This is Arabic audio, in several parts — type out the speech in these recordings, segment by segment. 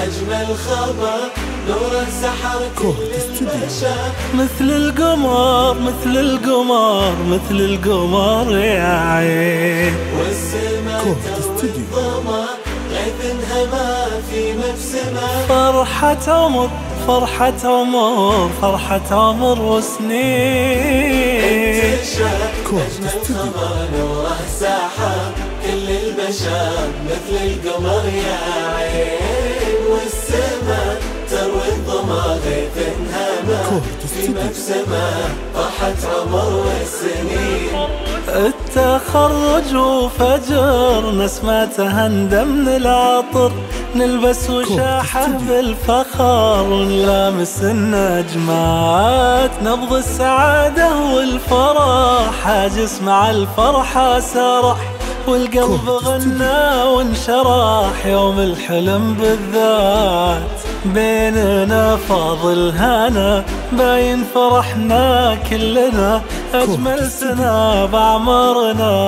أجمل خبر نوره سحر كل البشر. مثل القمر مثل القمر مثل القمر يا عين، والسما تروي غيث انهمى في مبسمة. فرحة عمر فرحة عمر فرحة عمر وسنين. انتشر أجمل خبر نوره سحر كل البشر. مثل القمر يا عين، والسما تروي الظما غيث انهمى في مبسمة. فرحة عمر والسنين. التخرج وفجر نسمته هندم من العطر، نلبس وشاحه بالفخر ونلامس النجمات. نبض السعادة والفرح حاجس مع الفرحة سرح، والقلب غنى وانشرح يوم الحلم بالذات. بيننا فاضل هنا باين فرحنا كلنا، أجمل سنة بعمرنا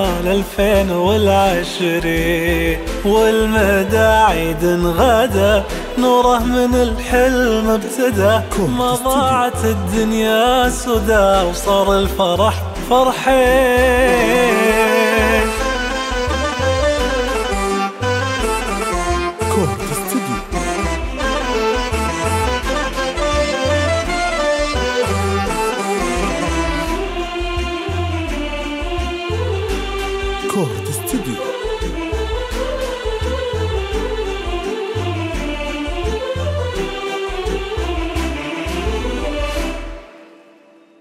ل2020. والمدى عيد غدا نوره من الحلم ابتدى، ما ضاعت الدنيا سدى وصار الفرح فرحين.